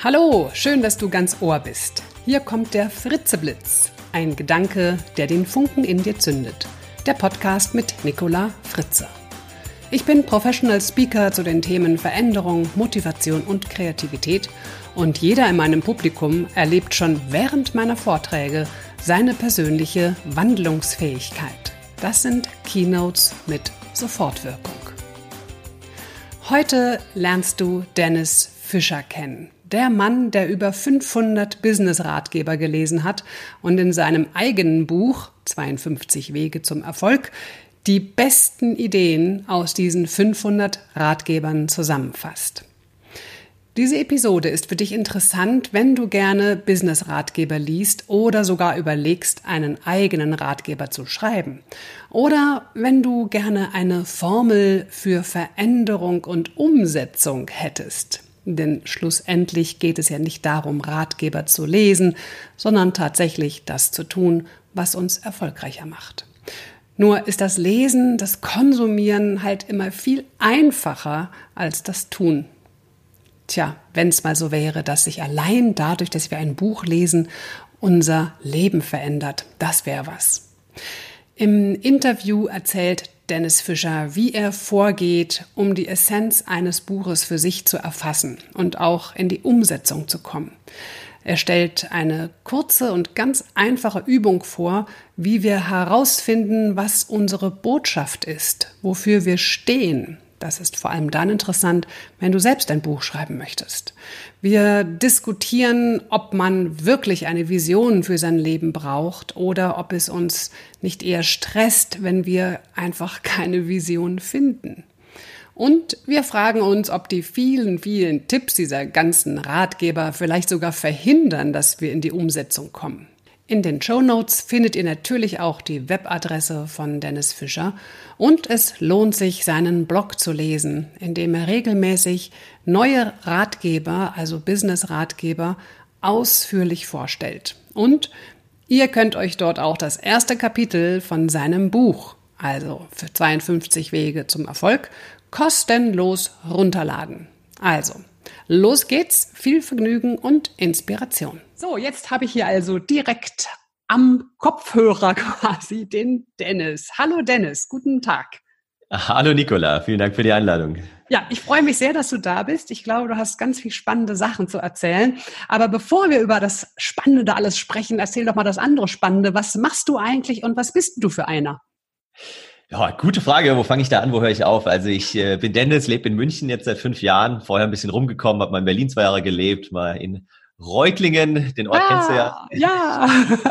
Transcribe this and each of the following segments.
Hallo, schön, dass du ganz Ohr bist. Hier kommt der Fritzeblitz, ein Gedanke, der den Funken in dir zündet. Der Podcast mit Nicola Fritze. Ich bin Professional Speaker zu den Themen Veränderung, Motivation und Kreativität und jeder in meinem Publikum erlebt schon während meiner Vorträge seine persönliche Wandlungsfähigkeit. Das sind Keynotes mit Sofortwirkung. Heute lernst du Dennis Fischer kennen. Der Mann, der über 500 Business-Ratgeber gelesen hat und in seinem eigenen Buch 52 Wege zum Erfolg die besten Ideen aus diesen 500 Ratgebern zusammenfasst. Diese Episode ist für dich interessant, wenn du gerne Business-Ratgeber liest oder sogar überlegst, einen eigenen Ratgeber zu schreiben. Oder wenn du gerne eine Formel für Veränderung und Umsetzung hättest. Denn schlussendlich geht es ja nicht darum, Ratgeber zu lesen, sondern tatsächlich das zu tun, was uns erfolgreicher macht. Nur ist das Lesen, das Konsumieren halt immer viel einfacher als das Tun. Tja, wenn es mal so wäre, dass sich allein dadurch, dass wir ein Buch lesen, unser Leben verändert, das wäre was. Im Interview erzählt Dennis Fischer, wie er vorgeht, um die Essenz eines Buches für sich zu erfassen und auch in die Umsetzung zu kommen. Er stellt eine kurze und ganz einfache Übung vor, wie wir herausfinden, was unsere Botschaft ist, wofür wir stehen. Das ist vor allem dann interessant, wenn du selbst ein Buch schreiben möchtest. Wir diskutieren, ob man wirklich eine Vision für sein Leben braucht oder ob es uns nicht eher stresst, wenn wir einfach keine Vision finden. Und wir fragen uns, ob die vielen, vielen Tipps dieser ganzen Ratgeber vielleicht sogar verhindern, dass wir in die Umsetzung kommen. In den Shownotes findet ihr natürlich auch die Webadresse von Dennis Fischer und es lohnt sich, seinen Blog zu lesen, in dem er regelmäßig neue Ratgeber, also Business-Ratgeber, ausführlich vorstellt. Und ihr könnt euch dort auch das erste Kapitel von seinem Buch, also für 52 Wege zum Erfolg, kostenlos runterladen. Also, los geht's, viel Vergnügen und Inspiration. So, jetzt habe ich hier also direkt am Kopfhörer quasi den Dennis. Hallo Dennis, guten Tag. Hallo Nicola, vielen Dank für die Einladung. Ja, ich freue mich sehr, dass du da bist. Ich glaube, du hast ganz viel spannende Sachen zu erzählen. Aber bevor wir über das Spannende alles sprechen, erzähl doch mal das andere Spannende. Was machst du eigentlich und was bist du für einer? Ja, gute Frage. Wo fange ich da an? Wo höre ich auf? Also ich bin Dennis, lebe in München jetzt seit 5 Jahren. Vorher ein bisschen rumgekommen, habe mal in Berlin 2 Jahre gelebt, mal in Reutlingen, den Ort kennst du ja. Ja.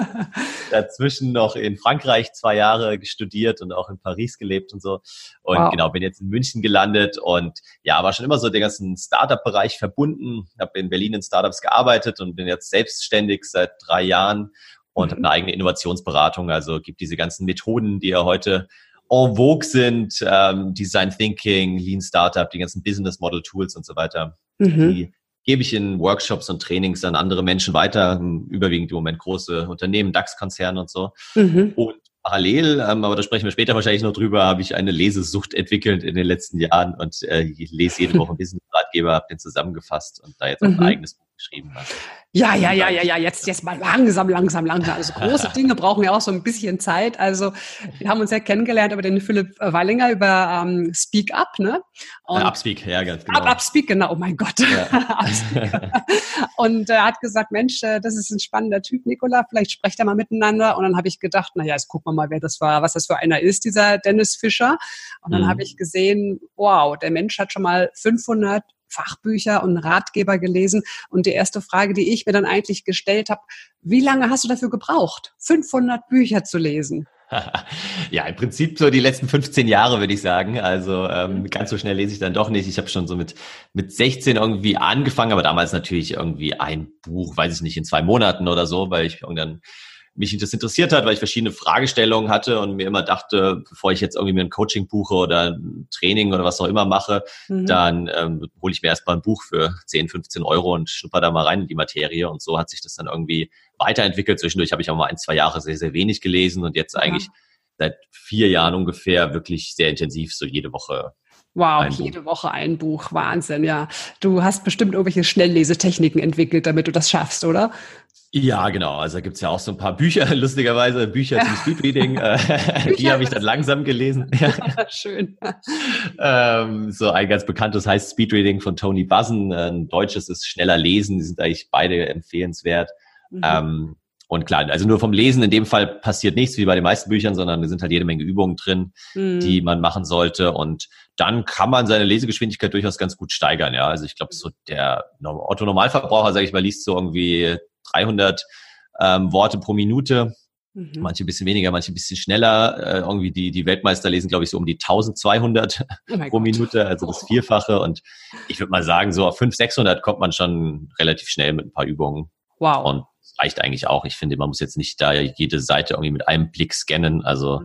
Dazwischen noch in Frankreich 2 Jahre studiert und auch in Paris gelebt und so. Und wow. Genau, bin jetzt in München gelandet und ja, war schon immer so den ganzen Startup-Bereich verbunden. Habe in Berlin in Startups gearbeitet und bin jetzt selbstständig seit 3 Jahren und habe eine eigene Innovationsberatung. Also gibt diese ganzen Methoden, die ja heute en vogue sind, Design Thinking, Lean Startup, die ganzen Business Model Tools und so weiter. Die gebe ich in Workshops und Trainings an andere Menschen weiter, überwiegend im Moment große Unternehmen, DAX-Konzerne und so. Und parallel, aber da sprechen wir später wahrscheinlich noch drüber, habe ich eine Lesesucht entwickelt in den letzten Jahren und lese jede Woche einen Business-Ratgeber, habe den zusammengefasst und da jetzt auch ein eigenes Buch geschrieben. Ja, jetzt mal langsam. Also große Dinge brauchen ja auch so ein bisschen Zeit. Also wir haben uns ja kennengelernt über den Philipp Wallinger, über Speak Up, ne? Upspeak, ja, ganz genau. Upspeak, genau, oh mein Gott. Ja. Und er hat gesagt, Mensch, das ist ein spannender Typ, Nicola, vielleicht sprecht ihr mal miteinander. Und dann habe ich gedacht, naja, jetzt gucken wir mal, wer das war, was das für einer ist, dieser Dennis Fischer. Und dann habe ich gesehen, wow, der Mensch hat schon mal 500 Fachbücher und Ratgeber gelesen. Und die erste Frage, die ich mir dann eigentlich gestellt habe, wie lange hast du dafür gebraucht, 500 Bücher zu lesen? Ja, im Prinzip so die letzten 15 Jahre, würde ich sagen. Also ganz so schnell lese ich dann doch nicht. Ich habe schon so mit 16 irgendwie angefangen, aber damals natürlich irgendwie ein Buch, weiß ich nicht, in 2 Monaten oder so, weil ich irgendwann mich das interessiert hat, weil ich verschiedene Fragestellungen hatte und mir immer dachte, bevor ich jetzt irgendwie mir ein Coaching buche oder ein Training oder was auch immer mache, dann hole ich mir erstmal ein Buch für 10, 15 Euro und schnupper da mal rein in die Materie. Und so hat sich das dann irgendwie weiterentwickelt. Zwischendurch habe ich auch mal 1, 2 Jahre sehr, sehr wenig gelesen und jetzt eigentlich seit 4 Jahren ungefähr wirklich sehr intensiv, so jede Woche. Wow, jede Woche ein Buch. Wahnsinn, ja. Du hast bestimmt irgendwelche Schnelllesetechniken entwickelt, damit du das schaffst, oder? Ja, genau. Also da gibt's ja auch so ein paar Bücher, lustigerweise, Bücher zum Speedreading. Die habe ich dann langsam gelesen. Ja. Schön. So ein ganz bekanntes heißt Speedreading von Tony Buzan. Ein deutsches ist Schneller lesen. Die sind eigentlich beide empfehlenswert. Und klar, also nur vom Lesen in dem Fall passiert nichts wie bei den meisten Büchern, sondern da sind halt jede Menge Übungen drin, die man machen sollte. Und dann kann man seine Lesegeschwindigkeit durchaus ganz gut steigern. Ja, also ich glaube, so der Otto-Normalverbraucher, sage ich mal, liest so irgendwie 300 Worte pro Minute. Manche ein bisschen weniger, manche ein bisschen schneller. Irgendwie die Weltmeister lesen, glaube ich, so um die 1200 pro Minute, also das Vierfache. Und ich würde mal sagen, so auf 500, 600 kommt man schon relativ schnell mit ein paar Übungen. Wow. Und das reicht eigentlich auch. Ich finde, man muss jetzt nicht da jede Seite irgendwie mit einem Blick scannen. Also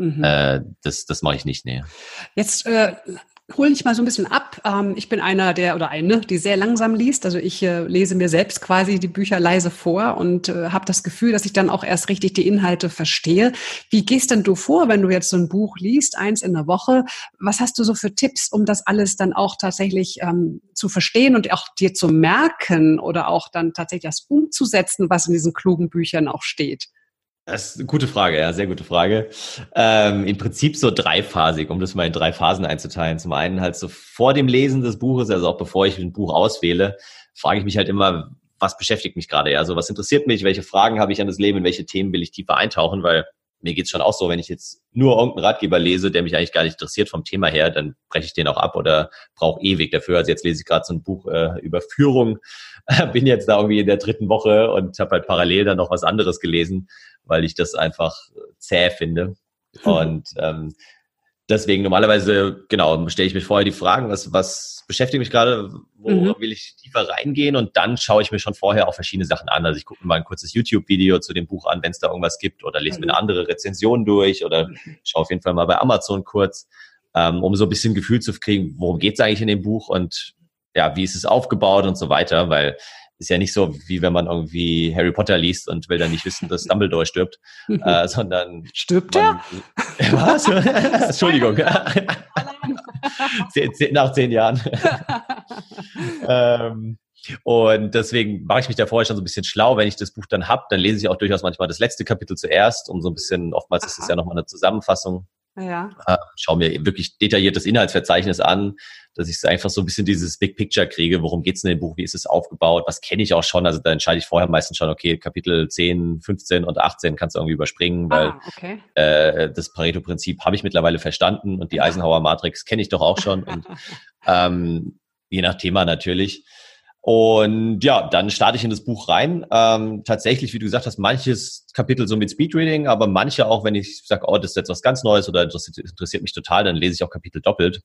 das mache ich nicht, nee. Jetzt hol dich mal so ein bisschen ab. Ich bin einer die sehr langsam liest. Also ich lese mir selbst quasi die Bücher leise vor und habe das Gefühl, dass ich dann auch erst richtig die Inhalte verstehe. Wie gehst denn du vor, wenn du jetzt so ein Buch liest, 1 in der Woche? Was hast du so für Tipps, um das alles dann auch tatsächlich zu verstehen und auch dir zu merken oder auch dann tatsächlich das umzusetzen, was in diesen klugen Büchern auch steht? Das ist eine gute Frage, ja, sehr gute Frage. Im Prinzip so dreiphasig, um das mal in 3 Phasen einzuteilen. Zum einen halt so vor dem Lesen des Buches, also auch bevor ich ein Buch auswähle, frage ich mich halt immer, was beschäftigt mich gerade? Also was interessiert mich? Welche Fragen habe ich an das Leben? In welche Themen will ich tiefer eintauchen? Weil mir geht's schon auch so, wenn ich jetzt nur irgendeinen Ratgeber lese, der mich eigentlich gar nicht interessiert vom Thema her, dann breche ich den auch ab oder brauche ewig dafür. Also jetzt lese ich gerade so ein Buch über Führung, bin jetzt da irgendwie in der 3. Woche und habe halt parallel dann noch was anderes gelesen, weil ich das einfach zäh finde. Und deswegen normalerweise, genau, stelle ich mir vorher die Fragen, was beschäftigt mich gerade, wo will ich tiefer reingehen, und dann schaue ich mir schon vorher auch verschiedene Sachen an. Also ich gucke mir mal ein kurzes YouTube-Video zu dem Buch an, wenn es da irgendwas gibt, oder lese mir eine andere Rezension durch oder schaue auf jeden Fall mal bei Amazon kurz, um so ein bisschen Gefühl zu kriegen, worum geht es eigentlich in dem Buch und ja, wie ist es aufgebaut und so weiter, weil ist ja nicht so, wie wenn man irgendwie Harry Potter liest und will dann nicht wissen, dass Dumbledore stirbt, sondern... Stirbt er? Was? Entschuldigung. Nach 10 Jahren. Und deswegen mache ich mich da vorher schon so ein bisschen schlau. Wenn ich das Buch dann habe, dann lese ich auch durchaus manchmal das letzte Kapitel zuerst, um so ein bisschen, oftmals ist es ja nochmal eine Zusammenfassung. Ja. Schau mir wirklich detailliert das Inhaltsverzeichnis an, dass ich einfach so ein bisschen dieses Big Picture kriege. Worum geht's in dem Buch? Wie ist es aufgebaut? Was kenne ich auch schon? Also da entscheide ich vorher meistens schon, okay, Kapitel 10, 15 und 18 kannst du irgendwie überspringen, weil das Pareto-Prinzip habe ich mittlerweile verstanden und die Eisenhower-Matrix kenne ich doch auch schon. Und je nach Thema natürlich. Und ja, dann starte ich in das Buch rein. Tatsächlich, wie du gesagt hast, manches Kapitel so mit Speedreading, aber manche auch, wenn ich sage, oh, das ist jetzt was ganz Neues oder das interessiert mich total, dann lese ich auch Kapitel doppelt.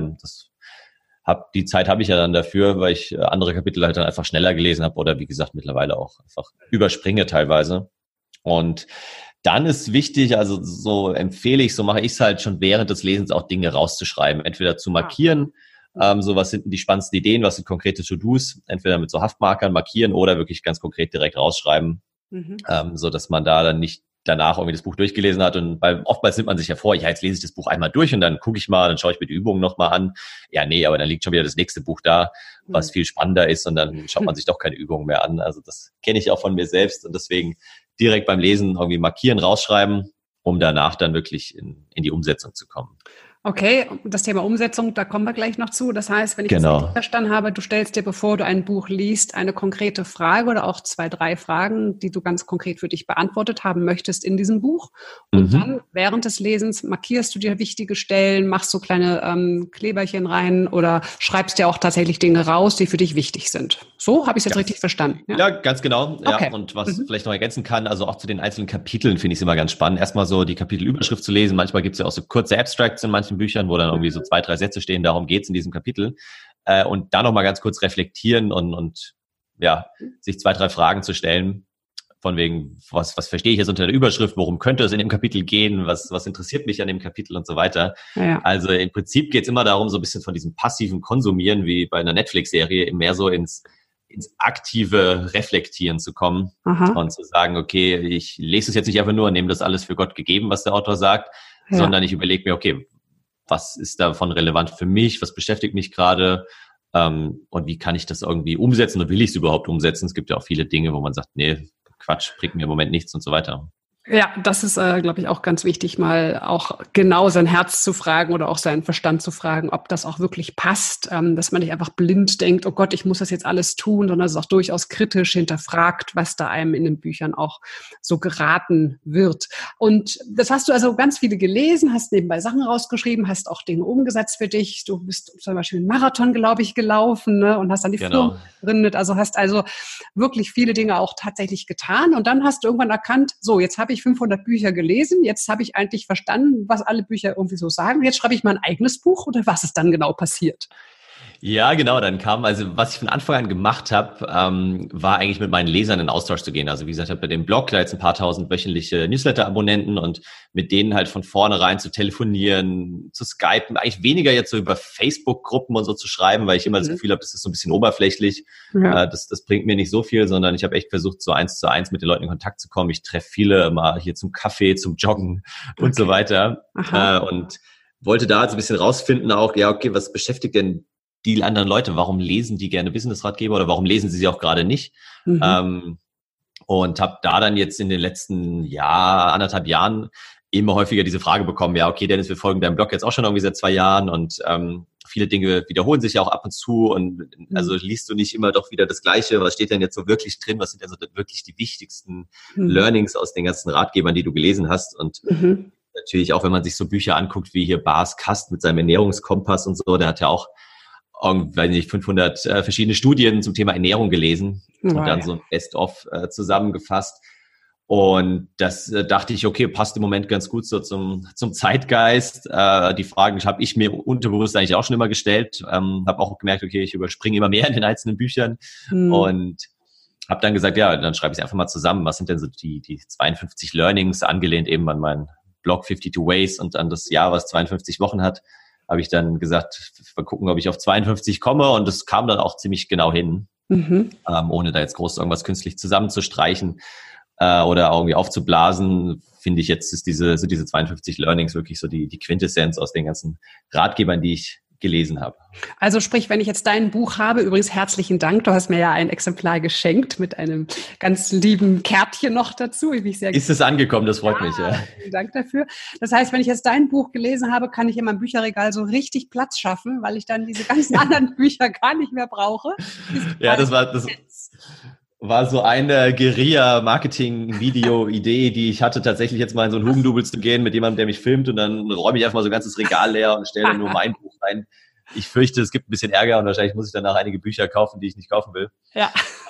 Die Zeit habe ich ja dann dafür, weil ich andere Kapitel halt dann einfach schneller gelesen habe oder wie gesagt mittlerweile auch einfach überspringe teilweise. Und dann ist wichtig, also so empfehle ich, so mache ich es halt schon während des Lesens auch Dinge rauszuschreiben, entweder zu markieren, so was sind die spannendsten Ideen, was sind konkrete To-Dos, entweder mit so Haftmarkern markieren oder wirklich ganz konkret direkt rausschreiben, so dass man da dann nicht danach irgendwie das Buch durchgelesen hat, und weil oftmals nimmt man sich ja vor, ja, jetzt lese ich das Buch einmal durch und dann gucke ich mal, dann schaue ich mir die Übungen nochmal an. Ja, nee, aber dann liegt schon wieder das nächste Buch da, was viel spannender ist, und dann schaut man sich doch keine Übungen mehr an. Also das kenne ich auch von mir selbst, und deswegen direkt beim Lesen irgendwie markieren, rausschreiben, um danach dann wirklich in die Umsetzung zu kommen. Okay, das Thema Umsetzung, da kommen wir gleich noch zu. Das heißt, wenn ich das richtig verstanden habe, du stellst dir, bevor du ein Buch liest, eine konkrete Frage oder auch 2, 3 Fragen, die du ganz konkret für dich beantwortet haben möchtest in diesem Buch. Und dann während des Lesens markierst du dir wichtige Stellen, machst so kleine Kleberchen rein oder schreibst dir auch tatsächlich Dinge raus, die für dich wichtig sind. So, habe ich es jetzt richtig verstanden? Ja, ganz genau. Okay. Ja, und was vielleicht noch ergänzen kann, also auch zu den einzelnen Kapiteln finde ich es immer ganz spannend, erstmal so die Kapitelüberschrift zu lesen. Manchmal gibt es ja auch so kurze Abstracts in manchen Büchern, wo dann irgendwie so 2, 3 Sätze stehen, darum geht's in diesem Kapitel. Und dann nochmal ganz kurz reflektieren und ja, sich 2, 3 Fragen zu stellen, von wegen, was verstehe ich jetzt unter der Überschrift, worum könnte es in dem Kapitel gehen, was interessiert mich an dem Kapitel und so weiter. Ja. Also im Prinzip geht's immer darum, so ein bisschen von diesem passiven Konsumieren, wie bei einer Netflix-Serie, mehr so ins ins aktive Reflektieren zu kommen. Aha. Und zu sagen, okay, ich lese es jetzt nicht einfach nur und nehme das alles für Gott gegeben, was der Autor sagt, sondern ich überlege mir, okay, was ist davon relevant für mich, was beschäftigt mich gerade und wie kann ich das irgendwie umsetzen und will ich es überhaupt umsetzen? Es gibt ja auch viele Dinge, wo man sagt, nee, Quatsch, bringt mir im Moment nichts und so weiter. Ja, das ist, glaube ich, auch ganz wichtig, mal auch genau sein Herz zu fragen oder auch seinen Verstand zu fragen, ob das auch wirklich passt, dass man nicht einfach blind denkt, oh Gott, ich muss das jetzt alles tun, sondern es auch durchaus kritisch hinterfragt, was da einem in den Büchern auch so geraten wird. Und das hast du also ganz viele gelesen, hast nebenbei Sachen rausgeschrieben, hast auch Dinge umgesetzt für dich. Du bist zum Beispiel einen Marathon, glaube ich, gelaufen, ne, und hast dann die Firma gegründet. Also hast also wirklich viele Dinge auch tatsächlich getan. Und dann hast du irgendwann erkannt, so, jetzt habe ich 500 Bücher gelesen. Jetzt habe ich eigentlich verstanden, was alle Bücher irgendwie so sagen. Jetzt schreibe ich mal ein eigenes Buch oder was ist dann genau passiert? Ja, genau, dann also was ich von Anfang an gemacht habe, war eigentlich mit meinen Lesern in Austausch zu gehen. Also wie gesagt, ich habe bei dem Blog da jetzt ein paar tausend wöchentliche Newsletter-Abonnenten und mit denen halt von vornherein zu telefonieren, zu skypen, eigentlich weniger jetzt so über Facebook-Gruppen und so zu schreiben, weil ich immer das Gefühl habe, das ist so ein bisschen oberflächlich. Ja. Das bringt mir nicht so viel, sondern ich habe echt versucht, so 1:1 mit den Leuten in Kontakt zu kommen. Ich treffe viele mal hier zum Kaffee, zum Joggen und so weiter. Und wollte da jetzt ein bisschen rausfinden auch, ja, okay, was beschäftigt denn die anderen Leute, warum lesen die gerne Business-Ratgeber oder warum lesen sie auch gerade nicht? Und habe da dann jetzt in den letzten 1,5 Jahren immer häufiger diese Frage bekommen, ja, okay, Dennis, wir folgen deinem Blog jetzt auch schon irgendwie seit 2 Jahren und viele Dinge wiederholen sich ja auch ab und zu und also liest du nicht immer doch wieder das Gleiche, was steht denn jetzt so wirklich drin, was sind denn so wirklich die wichtigsten Learnings aus den ganzen Ratgebern, die du gelesen hast und natürlich auch, wenn man sich so Bücher anguckt, wie hier Bas Kast mit seinem Ernährungskompass und so, der hat ja auch weiß nicht, 500 verschiedene Studien zum Thema Ernährung gelesen und dann so ein Best-of zusammengefasst. Und das dachte ich, okay, passt im Moment ganz gut so zum Zeitgeist. Die Fragen habe ich mir unterbewusst eigentlich auch schon immer gestellt. Habe auch gemerkt, okay, ich überspringe immer mehr in den einzelnen Büchern und habe dann gesagt, ja, dann schreibe ich es einfach mal zusammen. Was sind denn so die 52 Learnings, angelehnt eben an meinen Blog 52 Ways und an das Jahr, was 52 Wochen hat, habe ich dann gesagt, mal gucken, ob ich auf 52 komme und das kam dann auch ziemlich genau hin, ohne da jetzt groß irgendwas künstlich zusammenzustreichen oder irgendwie aufzublasen, finde ich jetzt ist diese 52 Learnings wirklich so die Quintessenz aus den ganzen Ratgebern, die ich gelesen habe. Also sprich, wenn ich jetzt dein Buch habe, übrigens herzlichen Dank, du hast mir ja ein Exemplar geschenkt mit einem ganz lieben Kärtchen noch dazu. Ist es angekommen, das freut mich. Ja. Vielen Dank dafür. Das heißt, wenn ich jetzt dein Buch gelesen habe, kann ich in meinem Bücherregal so richtig Platz schaffen, weil ich dann diese ganzen anderen Bücher gar nicht mehr brauche. Ja, das war so eine Guerilla-Marketing-Video-Idee, die ich hatte, tatsächlich jetzt mal in so einen Hugendubel zu gehen mit jemandem, der mich filmt und dann räume ich einfach mal so ein ganzes Regal leer und stelle nur mein Buch rein. Ich fürchte, es gibt ein bisschen Ärger und wahrscheinlich muss ich danach einige Bücher kaufen, die ich nicht kaufen will. Ja.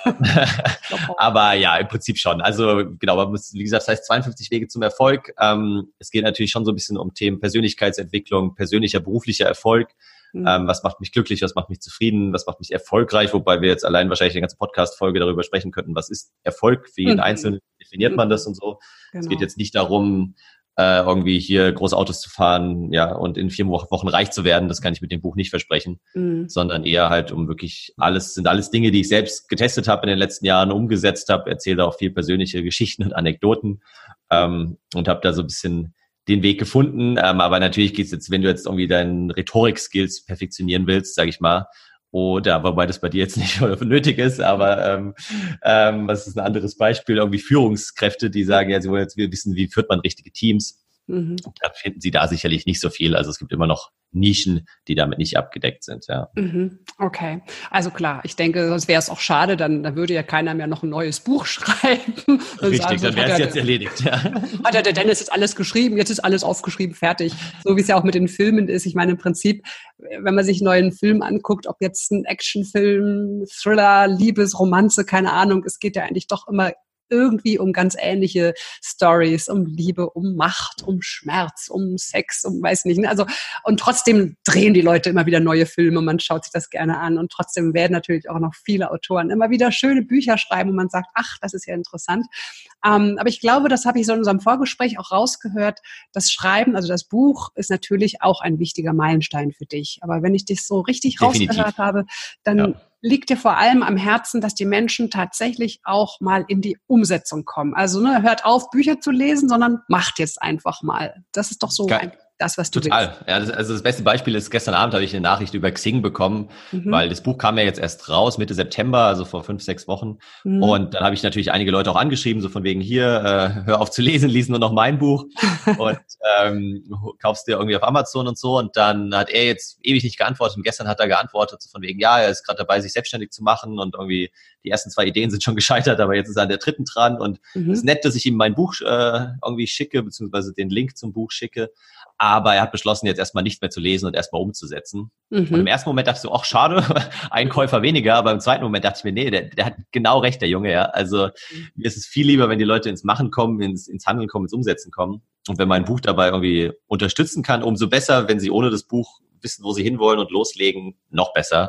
Aber ja, im Prinzip schon. Also genau, man muss, wie gesagt, das heißt 52 Wege zum Erfolg. Es geht natürlich schon so ein bisschen um Themen Persönlichkeitsentwicklung, persönlicher, beruflicher Erfolg. Was macht mich glücklich, was macht mich zufrieden, was macht mich erfolgreich, wobei wir jetzt allein wahrscheinlich eine ganze Podcast-Folge darüber sprechen könnten, was ist Erfolg für jeden Einzelnen, definiert man das und so. Genau. Es geht jetzt nicht darum, irgendwie hier große Autos zu fahren, ja, und in 4 Wochen reich zu werden, das kann ich mit dem Buch nicht versprechen, sondern eher halt um wirklich sind alles Dinge, die ich selbst getestet habe in den letzten Jahren, umgesetzt habe, erzähle auch viel persönliche Geschichten und Anekdoten und habe da so ein bisschen den Weg gefunden, aber natürlich geht's jetzt, wenn du jetzt irgendwie deinen Rhetorik-Skills perfektionieren willst, sage ich mal, oder wobei das bei dir jetzt nicht nötig ist, aber was ist ein anderes Beispiel, irgendwie Führungskräfte, die sagen, ja, sie wollen jetzt wissen, wie führt man richtige Teams. Dann finden sie da sicherlich nicht so viel. Also es gibt immer noch Nischen, die damit nicht abgedeckt sind. Ja. Okay, also klar, ich denke, sonst wäre es auch schade, dann würde ja keiner mehr noch ein neues Buch schreiben. Richtig, dann wäre es jetzt erledigt. Ja. Hat ja der Dennis jetzt alles geschrieben, jetzt ist alles aufgeschrieben, fertig. So wie es ja auch mit den Filmen ist. Ich meine, im Prinzip, wenn man sich einen neuen Film anguckt, ob jetzt ein Actionfilm, Thriller, Liebesromanze, keine Ahnung, es geht ja eigentlich doch immer irgendwie um ganz ähnliche Stories, um Liebe, um Macht, um Schmerz, um Sex, um weiß nicht. Ne? Also, und trotzdem drehen die Leute immer wieder neue Filme, man schaut sich das gerne an und trotzdem werden natürlich auch noch viele Autoren immer wieder schöne Bücher schreiben und man sagt, ach, das ist ja interessant. Aber ich glaube, das habe ich so in unserem Vorgespräch auch rausgehört, das Schreiben, also das Buch ist natürlich auch ein wichtiger Meilenstein für dich. Aber wenn ich dich so richtig rausgehört habe, dann liegt dir vor allem am Herzen, dass die Menschen tatsächlich auch mal in die Umsetzung kommen. Also hört auf, Bücher zu lesen, sondern macht jetzt einfach mal. Das ist doch so das, was du willst. Total. Ja, also das beste Beispiel ist, gestern Abend habe ich eine Nachricht über Xing bekommen, weil das Buch kam ja jetzt erst raus, Mitte September, also vor 5-6 Wochen. Und dann habe ich natürlich einige Leute auch angeschrieben, so von wegen hier, hör auf zu lesen, lies nur noch mein Buch und kaufst dir irgendwie auf Amazon und so. Und dann hat er jetzt ewig nicht geantwortet und gestern hat er geantwortet, so von wegen, ja, er ist gerade dabei, sich selbstständig zu machen und irgendwie die ersten 2 Ideen sind schon gescheitert, aber jetzt ist er an der 3. dran und es ist nett, dass ich ihm mein Buch irgendwie schicke, beziehungsweise den Link zum Buch schicke. Aber er hat beschlossen, jetzt erstmal nicht mehr zu lesen und erstmal umzusetzen. Und im ersten Moment dachte ich so, ach schade, ein Käufer weniger. Aber im zweiten Moment dachte ich mir, nee, der hat genau recht, der Junge. Ja. Also mir ist es viel lieber, wenn die Leute ins Machen kommen, ins Handeln kommen, ins Umsetzen kommen. Und wenn mein Buch dabei irgendwie unterstützen kann, umso besser. Wenn sie ohne das Buch wissen, wo sie hinwollen und loslegen, noch besser.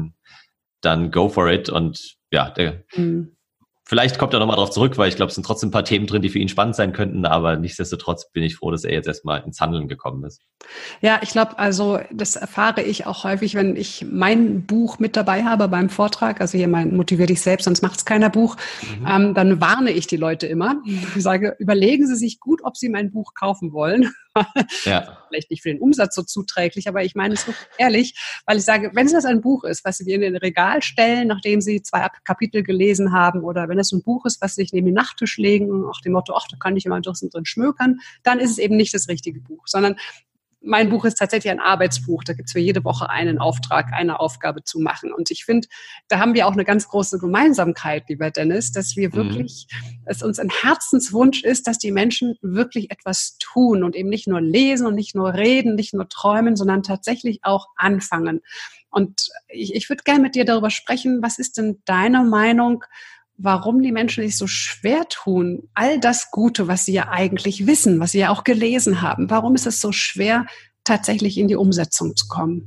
Dann go for it. Und ja, vielleicht kommt er nochmal drauf zurück, weil ich glaube, es sind trotzdem ein paar Themen drin, die für ihn spannend sein könnten, aber nichtsdestotrotz bin ich froh, dass er jetzt erstmal ins Handeln gekommen ist. Ja, ich glaube, also das erfahre ich auch häufig, wenn ich mein Buch mit dabei habe beim Vortrag, also hier mein Motivier dich selbst, sonst macht's keiner Buch, dann warne ich die Leute immer. Ich sage, überlegen Sie sich gut, ob Sie mein Buch kaufen wollen. Ja. Vielleicht nicht für den Umsatz so zuträglich, aber ich meine es wirklich ehrlich, weil ich sage, wenn es das ein Buch ist, was Sie in den Regal stellen, nachdem Sie 2 Kapitel gelesen haben, oder wenn es so ein Buch ist, was Sie sich neben den Nachttisch legen, nach dem Motto, ach, da kann ich immer drin schmökern, dann ist es eben nicht das richtige Buch, sondern mein Buch ist tatsächlich ein Arbeitsbuch. Da gibt es für jede Woche einen Auftrag, eine Aufgabe zu machen. Und ich finde, da haben wir auch eine ganz große Gemeinsamkeit, lieber Dennis, dass wir wirklich, dass uns ein Herzenswunsch ist, dass die Menschen wirklich etwas tun und eben nicht nur lesen und nicht nur reden, nicht nur träumen, sondern tatsächlich auch anfangen. Und ich würde gerne mit dir darüber sprechen, was ist denn deine Meinung, warum die Menschen sich so schwer tun, all das Gute, was sie ja eigentlich wissen, was sie ja auch gelesen haben, warum ist es so schwer, tatsächlich in die Umsetzung zu kommen?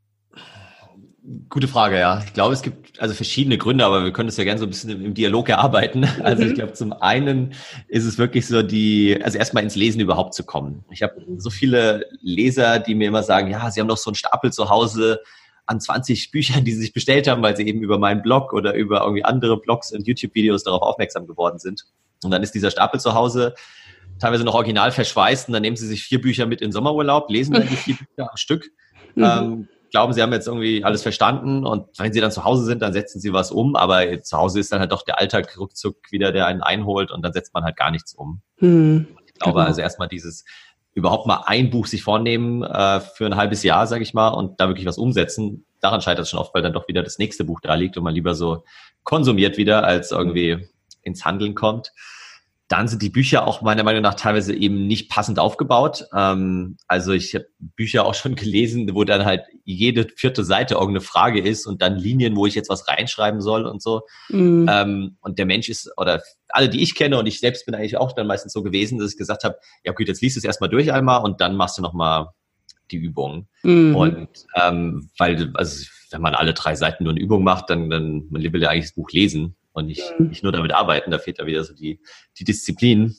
Gute Frage, ja. Ich glaube, es gibt also verschiedene Gründe, aber wir können das ja gerne so ein bisschen im Dialog erarbeiten. Also ich glaube, zum einen ist es wirklich so also erstmal ins Lesen überhaupt zu kommen. Ich habe so viele Leser, die mir immer sagen, ja, sie haben doch so einen Stapel zu Hause an 20 Büchern, die sie sich bestellt haben, weil sie eben über meinen Blog oder über irgendwie andere Blogs und YouTube-Videos darauf aufmerksam geworden sind. Und dann ist dieser Stapel zu Hause teilweise noch original verschweißt und dann nehmen sie sich 4 Bücher mit in Sommerurlaub, lesen dann die 4 Bücher am Stück, glauben, sie haben jetzt irgendwie alles verstanden und wenn sie dann zu Hause sind, dann setzen sie was um, aber zu Hause ist dann halt doch der Alltag ruckzuck wieder, der einen einholt und dann setzt man halt gar nichts um. Ich glaube also erstmal überhaupt mal ein Buch sich vornehmen für ein halbes Jahr, sage ich mal, und da wirklich was umsetzen. Daran scheitert es schon oft, weil dann doch wieder das nächste Buch da liegt und man lieber so konsumiert wieder, als irgendwie ins Handeln kommt. Dann sind die Bücher auch meiner Meinung nach teilweise eben nicht passend aufgebaut. Also ich habe Bücher auch schon gelesen, wo dann halt jede 4. Seite irgendeine Frage ist und dann Linien, wo ich jetzt was reinschreiben soll und so. Und der Mensch ist, oder alle, die ich kenne und ich selbst bin eigentlich auch dann meistens so gewesen, dass ich gesagt habe, ja gut, jetzt liest du es erstmal durch einmal und dann machst du nochmal die Übung. Und weil, also wenn man alle 3 Seiten nur eine Übung macht, dann man will ja eigentlich das Buch lesen und nicht nur damit arbeiten, da fehlt da wieder so die Disziplin.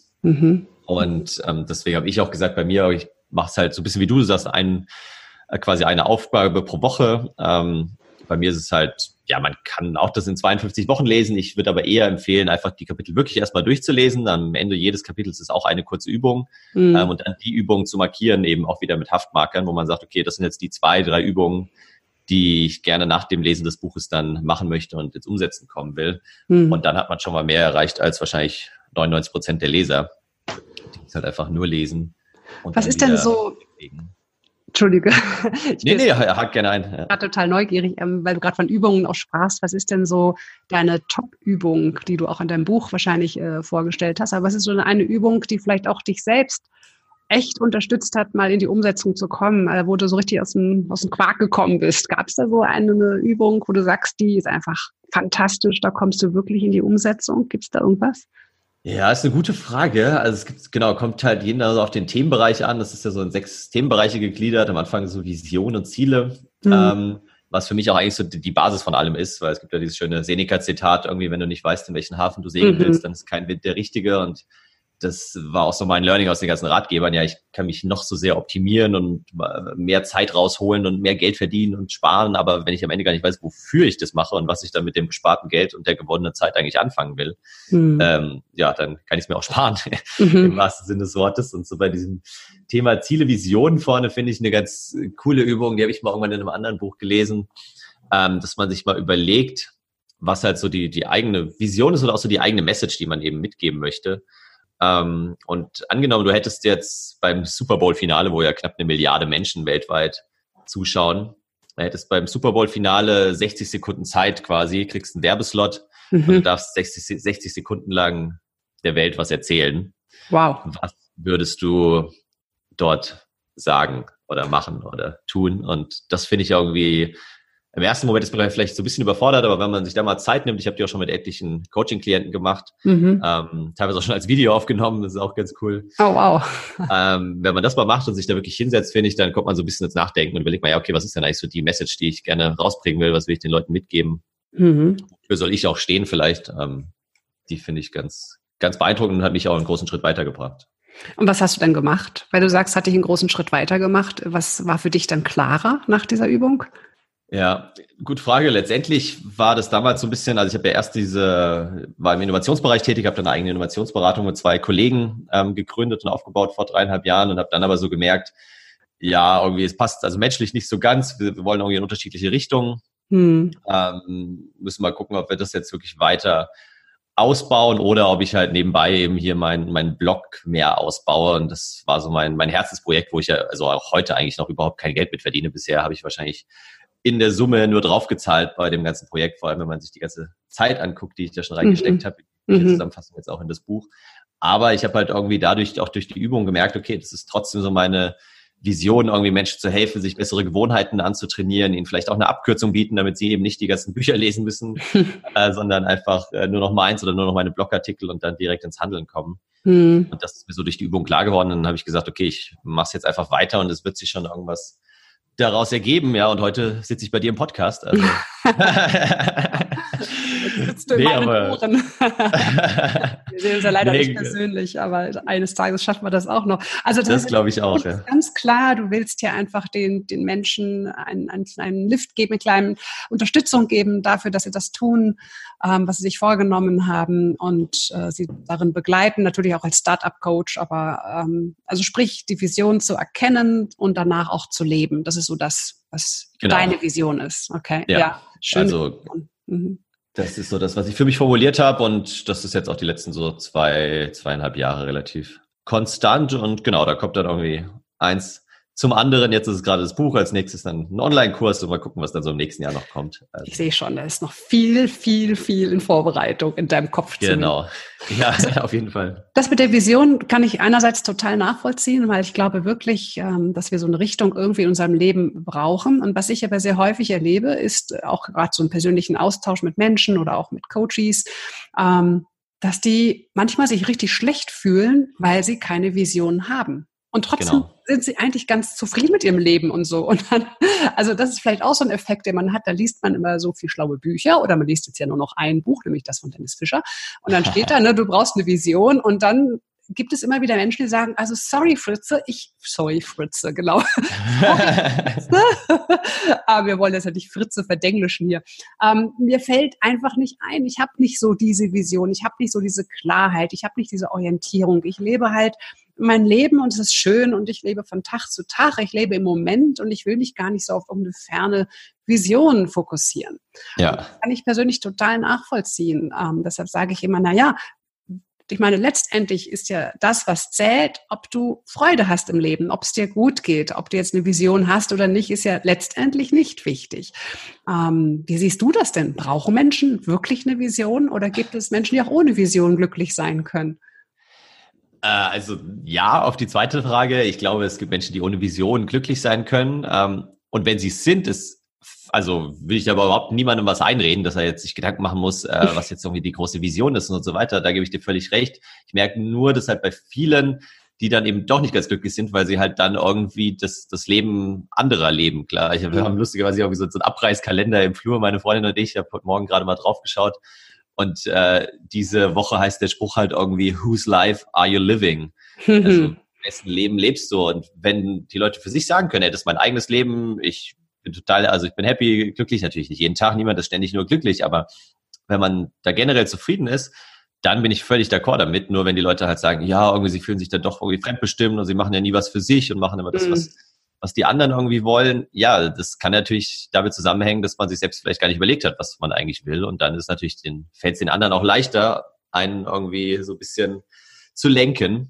Und deswegen habe ich auch gesagt, bei mir, ich mache es halt so ein bisschen wie du sagst, quasi eine Aufgabe pro Woche. Bei mir ist es halt, ja, man kann auch das in 52 Wochen lesen. Ich würde aber eher empfehlen, einfach die Kapitel wirklich erstmal durchzulesen. Am Ende jedes Kapitels ist auch eine kurze Übung. Und dann die Übung zu markieren, eben auch wieder mit Haftmarkern, wo man sagt, okay, das sind jetzt die 2, 3 Übungen, die ich gerne nach dem Lesen des Buches dann machen möchte und ins Umsetzen kommen will. Und dann hat man schon mal mehr erreicht als wahrscheinlich 99% der Leser, die es halt einfach nur lesen. Und was ist denn so... Entschuldige. Hakt gerne ein. Ich war total neugierig, weil du gerade von Übungen auch sprachst. Was ist denn so deine Top-Übung, die du auch in deinem Buch wahrscheinlich vorgestellt hast? Aber was ist so eine Übung, die vielleicht auch dich selbst echt unterstützt hat, mal in die Umsetzung zu kommen, wo du so richtig aus dem Quark gekommen bist? Gab es da so eine Übung, wo du sagst, die ist einfach fantastisch, da kommst du wirklich in die Umsetzung? Gibt es da irgendwas? Ja, ist eine gute Frage. Also kommt halt jeden auf den Themenbereich an. Das ist ja so in 6 Themenbereiche gegliedert. Am Anfang so Vision und Ziele, was für mich auch eigentlich so die Basis von allem ist, weil es gibt ja dieses schöne Seneca-Zitat, irgendwie, wenn du nicht weißt, in welchen Hafen du segeln willst, dann ist kein Wind der richtige. Und das war auch so mein Learning aus den ganzen Ratgebern. Ja, ich kann mich noch so sehr optimieren und mehr Zeit rausholen und mehr Geld verdienen und sparen. Aber wenn ich am Ende gar nicht weiß, wofür ich das mache und was ich dann mit dem gesparten Geld und der gewonnenen Zeit eigentlich anfangen will, ja, dann kann ich es mir auch sparen, im wahrsten Sinne des Wortes. Und so bei diesem Thema Ziele, Visionen vorne finde ich eine ganz coole Übung. Die habe ich mal irgendwann in einem anderen Buch gelesen, dass man sich mal überlegt, was halt so die eigene Vision ist oder auch so die eigene Message, die man eben mitgeben möchte. Und angenommen, du hättest jetzt beim Super Bowl-Finale, wo ja knapp 1 Milliarde Menschen weltweit zuschauen, du hättest beim Super Bowl-Finale 60 Sekunden Zeit quasi, kriegst einen Werbeslot und du darfst 60 Sekunden lang der Welt was erzählen. Wow. Was würdest du dort sagen oder machen oder tun? Und das finde ich irgendwie... Im ersten Moment ist man vielleicht so ein bisschen überfordert, aber wenn man sich da mal Zeit nimmt, ich habe die auch schon mit etlichen Coaching-Klienten gemacht, teilweise auch schon als Video aufgenommen, das ist auch ganz cool. Oh, wow. Wenn man das mal macht und sich da wirklich hinsetzt, finde ich, dann kommt man so ein bisschen ins Nachdenken und überlegt mal, ja, okay, was ist denn eigentlich so die Message, die ich gerne rausbringen will, was will ich den Leuten mitgeben? Wofür soll ich auch stehen vielleicht? Die finde ich ganz, ganz beeindruckend und hat mich auch einen großen Schritt weitergebracht. Und was hast du dann gemacht? Weil du sagst, hat dich einen großen Schritt weitergemacht. Was war für dich dann klarer nach dieser Übung? Ja, gute Frage. Letztendlich war das damals so ein bisschen, also ich habe ja erst war im Innovationsbereich tätig, habe dann eine eigene Innovationsberatung mit 2 Kollegen gegründet und aufgebaut vor 3,5 Jahren und habe dann aber so gemerkt, ja, irgendwie es passt also menschlich nicht so ganz. Wir wollen irgendwie in unterschiedliche Richtungen. Müssen mal gucken, ob wir das jetzt wirklich weiter ausbauen oder ob ich halt nebenbei eben hier meinen Blog mehr ausbaue. Und das war so mein Herzensprojekt, wo ich ja also auch heute eigentlich noch überhaupt kein Geld mit verdiene. Bisher habe ich wahrscheinlich in der Summe nur draufgezahlt bei dem ganzen Projekt, vor allem wenn man sich die ganze Zeit anguckt, die ich da schon reingesteckt habe, die Zusammenfassung jetzt auch in das Buch. Aber ich habe halt irgendwie dadurch, auch durch die Übung gemerkt, okay, das ist trotzdem so meine Vision, irgendwie Menschen zu helfen, sich bessere Gewohnheiten anzutrainieren, ihnen vielleicht auch eine Abkürzung bieten, damit sie eben nicht die ganzen Bücher lesen müssen, sondern einfach nur noch meins oder nur noch meine Blogartikel und dann direkt ins Handeln kommen. Und das ist mir so durch die Übung klar geworden. Und dann habe ich gesagt, okay, ich mache es jetzt einfach weiter und es wird sich schon irgendwas daraus ergeben, ja, und heute sitze ich bei dir im Podcast. Also. Jetzt sitzt du in meinen Ohren. Wir sehen uns ja leider nicht persönlich, aber eines Tages schaffen wir das auch noch. Also das glaube ich auch. Ja. Ganz klar, du willst ja einfach den Menschen einen kleinen Lift geben, eine kleine Unterstützung geben dafür, dass sie das tun, was sie sich vorgenommen haben und sie darin begleiten, natürlich auch als Start-up-Coach, aber also sprich, die Vision zu erkennen und danach auch zu leben. Das ist so das, was deine Vision ist. Okay, ja schön. Also, das ist so das, was ich für mich formuliert habe und das ist jetzt auch die letzten so 2,5 Jahre relativ konstant und genau, da kommt dann irgendwie eins zum anderen. Jetzt ist es gerade das Buch, als nächstes dann ein Online-Kurs und mal gucken, was dann so im nächsten Jahr noch kommt. Also, ich sehe schon, da ist noch viel in Vorbereitung in deinem Kopf. Genau, ja, auf jeden Fall. Das mit der Vision kann ich einerseits total nachvollziehen, weil ich glaube wirklich, dass wir so eine Richtung irgendwie in unserem Leben brauchen. Und was ich aber sehr häufig erlebe, ist auch gerade so einen persönlichen Austausch mit Menschen oder auch mit Coaches, dass die manchmal sich richtig schlecht fühlen, weil sie keine Vision haben. Und trotzdem sind sie eigentlich ganz zufrieden mit ihrem Leben und so. Und dann, also das ist vielleicht auch so ein Effekt, den man hat. Da liest man immer so viel schlaue Bücher oder man liest jetzt ja nur noch ein Buch, nämlich das von Dennis Fischer. Und dann steht da, ne, du brauchst eine Vision. Und dann gibt es immer wieder Menschen, die sagen, also sorry Fritze, genau. Aber wir wollen jetzt ja nicht Fritze verdenglischen hier. Mir fällt einfach nicht ein, ich habe nicht so diese Vision, ich habe nicht so diese Klarheit, ich habe nicht diese Orientierung. Ich lebe halt mein Leben und es ist schön und ich lebe von Tag zu Tag, ich lebe im Moment und ich will mich gar nicht so auf irgendeine ferne Vision fokussieren. Ja. Das kann ich persönlich total nachvollziehen. Deshalb sage ich immer, ich meine, letztendlich ist ja das, was zählt, ob du Freude hast im Leben, ob es dir gut geht, ob du jetzt eine Vision hast oder nicht, ist ja letztendlich nicht wichtig. Wie siehst du das denn? Brauchen Menschen wirklich eine Vision oder gibt es Menschen, die auch ohne Vision glücklich sein können? Also ja, auf die zweite Frage. Ich glaube, es gibt Menschen, die ohne Vision glücklich sein können. Und wenn sie es sind, also will ich aber überhaupt niemandem was einreden, dass er jetzt sich Gedanken machen muss, was jetzt irgendwie die große Vision ist und so weiter. Da gebe ich dir völlig recht. Ich merke nur, dass halt bei vielen, die dann eben doch nicht ganz glücklich sind, weil sie halt dann irgendwie das Leben anderer leben. Klar, wir haben lustigerweise irgendwie so einen Abreißkalender im Flur, meine Freundin und ich habe heute Morgen gerade mal drauf geschaut. Und diese Woche heißt der Spruch halt irgendwie, whose life are you living? Also, wessen Leben lebst du? Und wenn die Leute für sich sagen können, ey, das ist mein eigenes Leben, ich bin happy, glücklich, natürlich nicht jeden Tag, niemand ist ständig nur glücklich, aber wenn man da generell zufrieden ist, dann bin ich völlig d'accord damit. Nur wenn die Leute halt sagen, ja, irgendwie sie fühlen sich dann doch irgendwie fremdbestimmt und sie machen ja nie was für sich und machen immer das, was die anderen irgendwie wollen. Ja, das kann natürlich damit zusammenhängen, dass man sich selbst vielleicht gar nicht überlegt hat, was man eigentlich will. Und dann ist natürlich fällt es den anderen auch leichter, einen irgendwie so ein bisschen zu lenken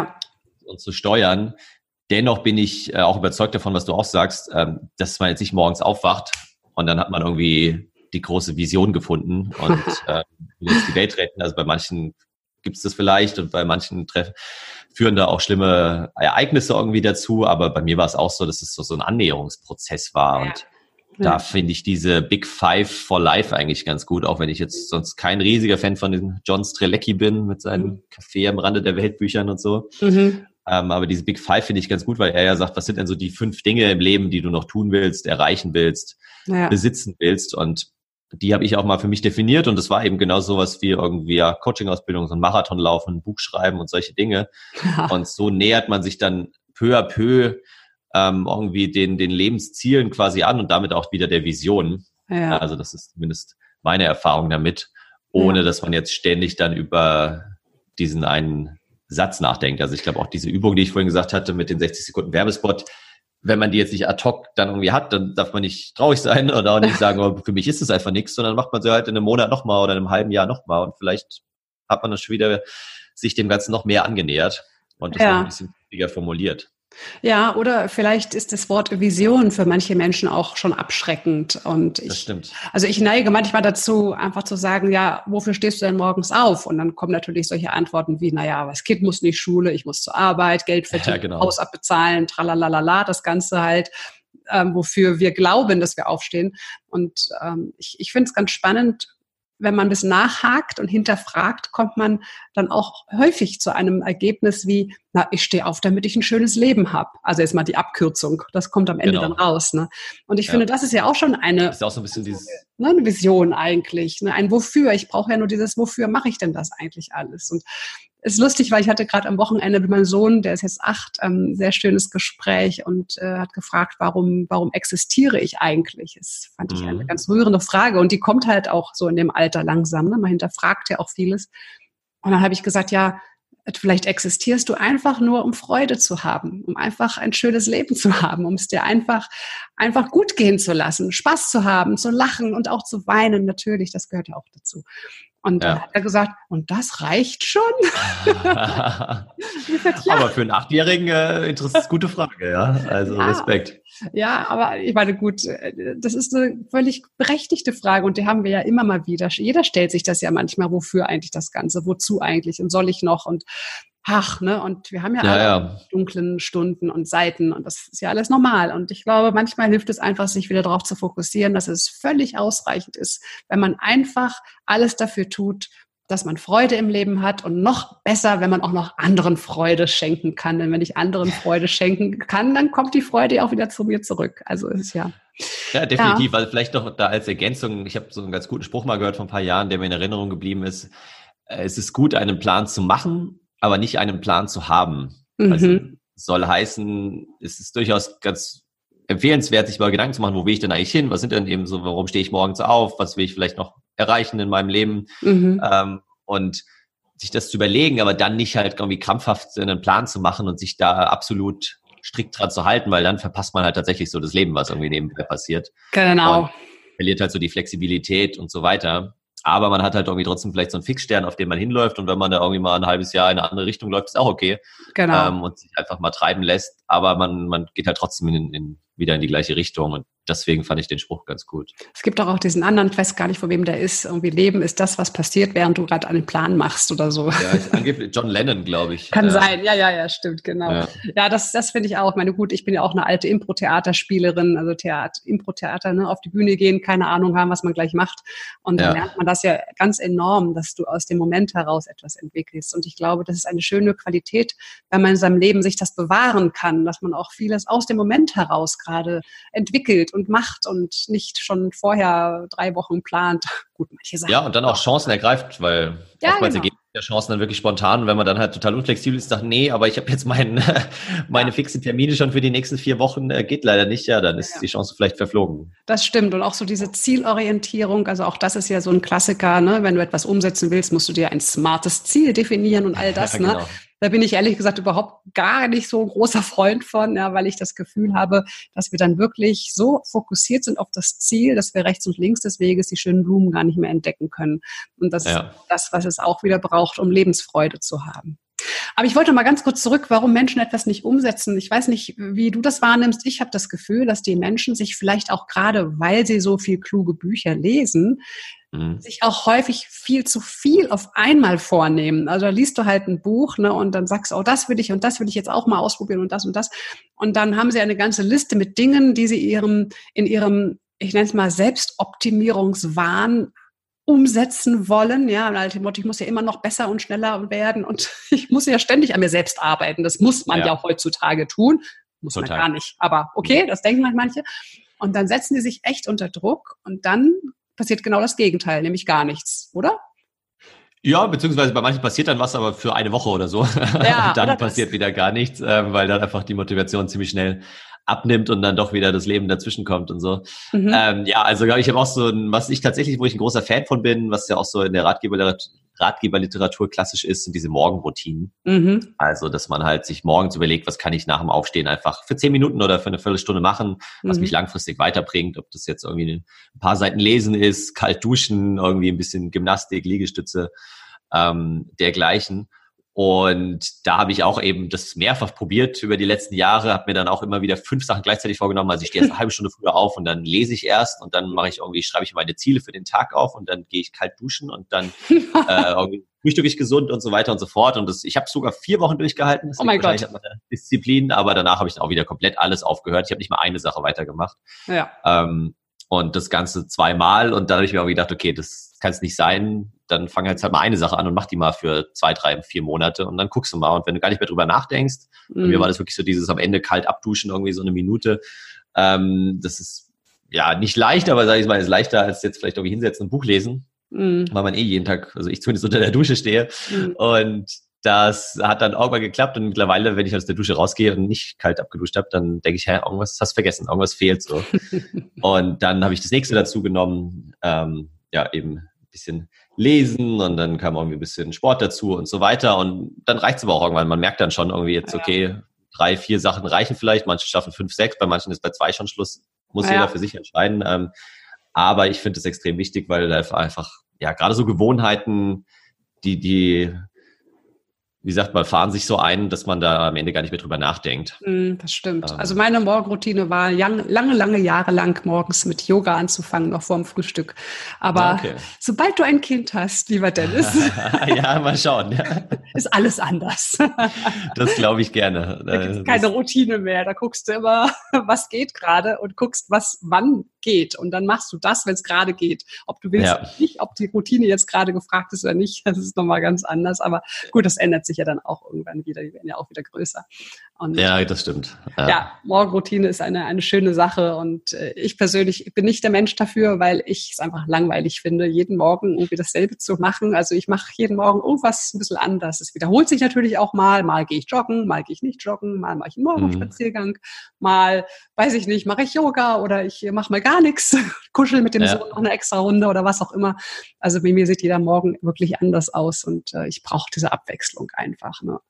und zu steuern. Dennoch bin ich auch überzeugt davon, was du auch sagst, dass man jetzt nicht morgens aufwacht und dann hat man irgendwie die große Vision gefunden und will jetzt die Welt retten. Also bei manchen gibt es das vielleicht und bei manchen führen da auch schlimme Ereignisse irgendwie dazu. Aber bei mir war es auch so, dass es so ein Annäherungsprozess war. Und da finde ich diese Big Five for Life eigentlich ganz gut, auch wenn ich jetzt sonst kein riesiger Fan von dem John Strelecki bin mit seinen Café am Rande der Weltbüchern und so. Aber diese Big Five finde ich ganz gut, weil er ja sagt, was sind denn so die 5 Dinge im Leben, die du noch tun willst, erreichen willst, besitzen willst. Und die habe ich auch mal für mich definiert. Und das war eben genau sowas wie irgendwie Coaching-Ausbildung, so ein Marathon laufen, ein Buch schreiben und solche Dinge. Ja. Und so nähert man sich dann peu à peu irgendwie den Lebenszielen quasi an und damit auch wieder der Vision. Ja. Also das ist zumindest meine Erfahrung damit, ohne dass man jetzt ständig dann über diesen einen Satz nachdenkt. Also ich glaube auch diese Übung, die ich vorhin gesagt hatte mit den 60 Sekunden Werbespot, wenn man die jetzt nicht ad hoc dann irgendwie hat, dann darf man nicht traurig sein oder auch nicht sagen, oh, für mich ist es einfach nichts, sondern macht man sie halt in einem Monat nochmal oder in einem halben Jahr nochmal und vielleicht hat man dann schon wieder sich dem Ganzen noch mehr angenähert und das noch ein bisschen schwieriger formuliert. Ja, oder vielleicht ist das Wort Vision für manche Menschen auch schon abschreckend. Und das stimmt. Also ich neige manchmal dazu, einfach zu sagen, ja, wofür stehst du denn morgens auf? Und dann kommen natürlich solche Antworten wie, naja, das Kind muss nicht Schule, ich muss zur Arbeit, Geld verdienen, Haus abbezahlen, tralalala, das Ganze halt, wofür wir glauben, dass wir aufstehen. Und ich finde es ganz spannend, wenn man das nachhakt und hinterfragt, kommt man dann auch häufig zu einem Ergebnis wie, na, ich stehe auf, damit ich ein schönes Leben habe. Also jetzt mal die Abkürzung, das kommt am Ende dann raus. Ne? Und ich finde, das ist ja auch schon eine, ist auch so ein bisschen eine Vision eigentlich, ne? Ein Wofür. Ich brauche ja nur dieses, wofür mache ich denn das eigentlich alles? Und es ist lustig, weil ich hatte gerade am Wochenende mit meinem Sohn, der ist jetzt 8, sehr schönes Gespräch und hat gefragt, warum existiere ich eigentlich? Das fand ich eine ganz rührende Frage und die kommt halt auch so in dem Alter langsam. Ne? Man hinterfragt ja auch vieles. Und dann habe ich gesagt, ja, vielleicht existierst du einfach nur, um Freude zu haben, um einfach ein schönes Leben zu haben, um es dir einfach gut gehen zu lassen, Spaß zu haben, zu lachen und auch zu weinen. Natürlich, das gehört ja auch dazu. Und dann hat er gesagt, und das reicht schon? Aber für einen 8-Jährigen gute Frage, ja. Also Respekt. Ja, aber ich meine, gut, das ist eine völlig berechtigte Frage und die haben wir ja immer mal wieder. Jeder stellt sich das ja manchmal, wofür eigentlich das Ganze, wozu eigentlich und soll ich noch und ne? Und wir haben ja alle dunklen Stunden und Seiten und das ist ja alles normal. Und ich glaube, manchmal hilft es einfach, sich wieder darauf zu fokussieren, dass es völlig ausreichend ist, wenn man einfach alles dafür tut, dass man Freude im Leben hat und noch besser, wenn man auch noch anderen Freude schenken kann. Denn wenn ich anderen Freude schenken kann, dann kommt die Freude auch wieder zu mir zurück. Also ist ja definitiv. Also vielleicht noch da als Ergänzung, ich habe so einen ganz guten Spruch mal gehört vor ein paar Jahren, der mir in Erinnerung geblieben ist. Es ist gut, einen Plan zu machen, aber nicht einen Plan zu haben. Also soll heißen, es ist durchaus ganz empfehlenswert, sich mal Gedanken zu machen, wo will ich denn eigentlich hin? Was sind denn eben so, warum stehe ich morgens auf? Was will ich vielleicht noch erreichen in meinem Leben? Und sich das zu überlegen, aber dann nicht halt irgendwie krampfhaft einen Plan zu machen und sich da absolut strikt dran zu halten, weil dann verpasst man halt tatsächlich so das Leben, was irgendwie nebenbei passiert. Genau. Und verliert halt so die Flexibilität und so weiter. Aber man hat halt irgendwie trotzdem vielleicht so einen Fixstern, auf den man hinläuft. Und wenn man da irgendwie mal ein halbes Jahr in eine andere Richtung läuft, ist auch okay. Genau. Und sich einfach mal treiben lässt. Aber man geht halt trotzdem wieder in die gleiche Richtung. Und deswegen fand ich den Spruch ganz gut. Es gibt auch diesen anderen, ich weiß gar nicht, von wem der ist. Irgendwie Leben ist das, was passiert, während du gerade einen Plan machst oder so. Ja, angeblich John Lennon, glaube ich. Kann sein. Ja, stimmt, genau. Ja, das finde ich auch. Ich meine, gut, ich bin ja auch eine alte Impro-Theaterspielerin, also Impro-Theater, ne, auf die Bühne gehen, keine Ahnung haben, was man gleich macht. Und dann lernt man das ja ganz enorm, dass du aus dem Moment heraus etwas entwickelst. Und ich glaube, das ist eine schöne Qualität, wenn man in seinem Leben sich das bewahren kann, dass man auch vieles aus dem Moment heraus gerade entwickelt und macht und nicht schon vorher 3 Wochen plant. Gut, manche Sachen. Ja, und dann auch Chancen ergreift, weil oftmals genau. ergeben sich ja Chancen dann wirklich spontan. Und wenn man dann halt total unflexibel ist, sagt, nee, aber ich habe jetzt meine fixen Termine schon für die nächsten 4 Wochen, geht leider nicht, ja, dann ist die Chance vielleicht verflogen. Das stimmt. Und auch so diese Zielorientierung, also auch das ist ja so ein Klassiker, ne? Wenn du etwas umsetzen willst, musst du dir ein smartes Ziel definieren und all das, Genau. ne? Da bin ich ehrlich gesagt überhaupt gar nicht so ein großer Freund von, ja, weil ich das Gefühl habe, dass wir dann wirklich so fokussiert sind auf das Ziel, dass wir rechts und links des Weges die schönen Blumen gar nicht mehr entdecken können. Und das ist das, was es auch wieder braucht, um Lebensfreude zu haben. Aber ich wollte mal ganz kurz zurück, warum Menschen etwas nicht umsetzen. Ich weiß nicht, wie du das wahrnimmst. Ich habe das Gefühl, dass die Menschen sich vielleicht auch gerade, weil sie so viel kluge Bücher lesen, sich auch häufig viel zu viel auf einmal vornehmen. Also da liest du halt ein Buch, ne, und dann sagst du, oh, das will ich und das will ich jetzt auch mal ausprobieren und das und das. Und dann haben sie eine ganze Liste mit Dingen, die sie in ihrem, ich nenne es mal, Selbstoptimierungswahn umsetzen wollen, ja, nach dem Motto, ich muss ja immer noch besser und schneller werden und ich muss ja ständig an mir selbst arbeiten. Das muss man ja auch heutzutage tun. Muss man gar nicht. Aber okay, das denken halt manche. Und dann setzen die sich echt unter Druck und dann passiert genau das Gegenteil, nämlich gar nichts, oder? Ja, beziehungsweise bei manchen passiert dann was, aber für eine Woche oder so. Ja, und dann passiert wieder gar nichts, weil dann einfach die Motivation ziemlich schnell abnimmt und dann doch wieder das Leben dazwischen kommt und so. Ja, also ich habe auch so wo ich ein großer Fan von bin, was ja auch so in der Ratgeberliteratur klassisch ist, sind diese Morgenroutinen. Also, dass man halt sich morgens überlegt, was kann ich nach dem Aufstehen einfach für 10 Minuten oder für eine Viertelstunde machen, was mich langfristig weiterbringt, ob das jetzt irgendwie ein paar Seiten lesen ist, kalt duschen, irgendwie ein bisschen Gymnastik, Liegestütze, dergleichen. Und da habe ich auch eben das mehrfach probiert über die letzten Jahre, habe mir dann auch immer wieder 5 Sachen gleichzeitig vorgenommen. Also ich stehe erst eine halbe Stunde früher auf und dann lese ich erst und dann schreibe ich meine Ziele für den Tag auf und dann gehe ich kalt duschen und dann irgendwie frühstücke ich gesund und so weiter und so fort. Und ich habe sogar 4 Wochen durchgehalten. Das liegt wahrscheinlich an meiner Disziplin, aber danach habe ich dann auch wieder komplett alles aufgehört. Ich habe nicht mal eine Sache weitergemacht. Ja. Und das Ganze 2-mal und dann habe ich mir auch gedacht, okay, das kann es nicht sein, dann fang jetzt halt mal eine Sache an und mach die mal für 2, 3, 4 Monate und dann guckst du mal. Und wenn du gar nicht mehr drüber nachdenkst, bei mir war das wirklich so dieses am Ende kalt abduschen, irgendwie so eine Minute. Das ist ja nicht leicht, aber sag ich mal, ist leichter als jetzt vielleicht irgendwie hinsetzen und ein Buch lesen, weil man jeden Tag, also ich zumindest unter der Dusche stehe. Und das hat dann auch mal geklappt und mittlerweile, wenn ich aus der Dusche rausgehe und nicht kalt abgeduscht habe, dann denke ich, irgendwas hast du vergessen, irgendwas fehlt so. Und dann habe ich das nächste dazu genommen, eben ein bisschen lesen und dann kam irgendwie ein bisschen Sport dazu und so weiter und dann reicht's aber auch irgendwann. Man merkt dann schon irgendwie jetzt, okay, 3, 4 Sachen reichen vielleicht, manche schaffen 5, 6, bei manchen ist bei 2 schon Schluss, muss jeder für sich entscheiden. Aber ich finde es extrem wichtig, weil einfach, ja, gerade so Gewohnheiten, die wie sagt man, fahren sich so ein, dass man da am Ende gar nicht mehr drüber nachdenkt. Das stimmt. Also meine Morgenroutine war lange Jahre lang morgens mit Yoga anzufangen, noch vor dem Frühstück. Aber sobald du ein Kind hast, lieber Dennis, ja, mal schauen. Ist alles anders. Das glaube ich gerne. Da gibt es keine Routine mehr. Da guckst du immer, was geht gerade und guckst, was wann geht. Und dann machst du das, wenn es gerade geht. Ob du willst oder nicht, ob die Routine jetzt gerade gefragt ist oder nicht, das ist nochmal ganz anders. Aber gut, das ändert sich ja dann auch irgendwann wieder. Die werden ja auch wieder größer. Und ja, das stimmt. Ja, Morgenroutine ist eine schöne Sache. Und ich persönlich bin nicht der Mensch dafür, weil ich es einfach langweilig finde, jeden Morgen irgendwie dasselbe zu machen. Also ich mache jeden Morgen irgendwas ein bisschen anders. Es wiederholt sich natürlich auch mal. Mal gehe ich joggen, mal gehe ich nicht joggen, mal mache ich einen Morgenspaziergang, mal, weiß ich nicht, mache ich Yoga oder ich mache mal gar nichts, kuschel mit dem Sohn noch eine extra Runde oder was auch immer. Also bei mir sieht jeder Morgen wirklich anders aus und ich brauche diese Abwechslung einfach. Ne?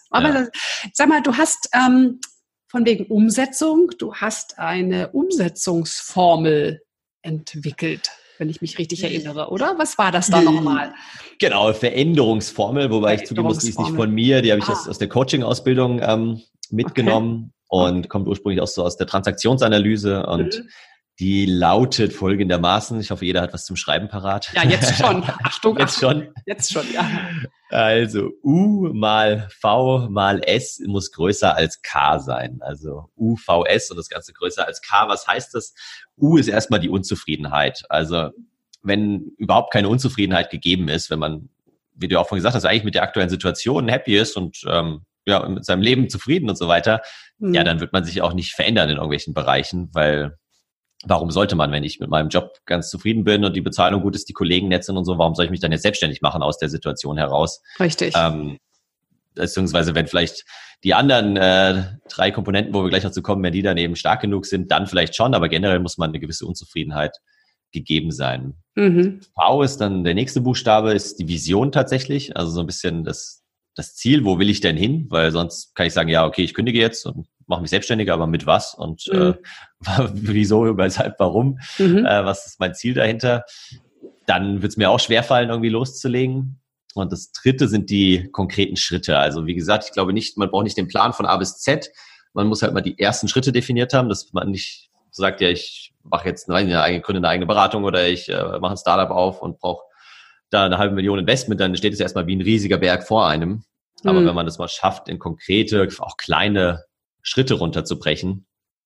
Sag mal, du hast von wegen Umsetzung, du hast eine Umsetzungsformel entwickelt, wenn ich mich richtig erinnere, oder? Was war das da nochmal? Genau, Veränderungsformel, wobei ich zugeben muss, die ist nicht von mir, die habe ich aus der Coaching-Ausbildung mitgenommen und kommt ursprünglich auch so aus der Transaktionsanalyse und die lautet folgendermaßen, ich hoffe, jeder hat was zum Schreiben parat. Ja, jetzt schon. Achtung, jetzt schon. Jetzt schon, ja. Also U mal V mal S muss größer als K sein. Also U, V, S und das Ganze größer als K. Was heißt das? U ist erstmal die Unzufriedenheit. Also wenn überhaupt keine Unzufriedenheit gegeben ist, wenn man, wie du auch vorhin gesagt hast, eigentlich mit der aktuellen Situation happy ist und mit seinem Leben zufrieden und so weiter, ja, dann wird man sich auch nicht verändern in irgendwelchen Bereichen, weil warum sollte man, wenn ich mit meinem Job ganz zufrieden bin und die Bezahlung gut ist, die Kollegen nett sind und so, warum soll ich mich dann jetzt selbstständig machen aus der Situation heraus? Richtig. Beziehungsweise wenn vielleicht die anderen 3 Komponenten, wo wir gleich dazu kommen, wenn die dann eben stark genug sind, dann vielleicht schon, aber generell muss man eine gewisse Unzufriedenheit gegeben sein. V ist dann der nächste Buchstabe, ist die Vision tatsächlich, also so ein bisschen das Ziel, wo will ich denn hin? Weil sonst kann ich sagen, ja, okay, ich kündige jetzt und mache mich selbstständiger, aber mit was? Und wieso, weshalb, warum? Was ist mein Ziel dahinter? Dann wird es mir auch schwerfallen, irgendwie loszulegen. Und das dritte sind die konkreten Schritte. Also wie gesagt, ich glaube nicht, man braucht nicht den Plan von A bis Z. Man muss halt mal die ersten Schritte definiert haben, dass man nicht sagt, ja, ich mache jetzt gründe eine eigene Beratung oder ich mache ein Startup auf und brauche da 500.000 Investment, dann steht es erstmal wie ein riesiger Berg vor einem. Aber wenn man das mal schafft, in konkrete, auch kleine Schritte runterzubrechen,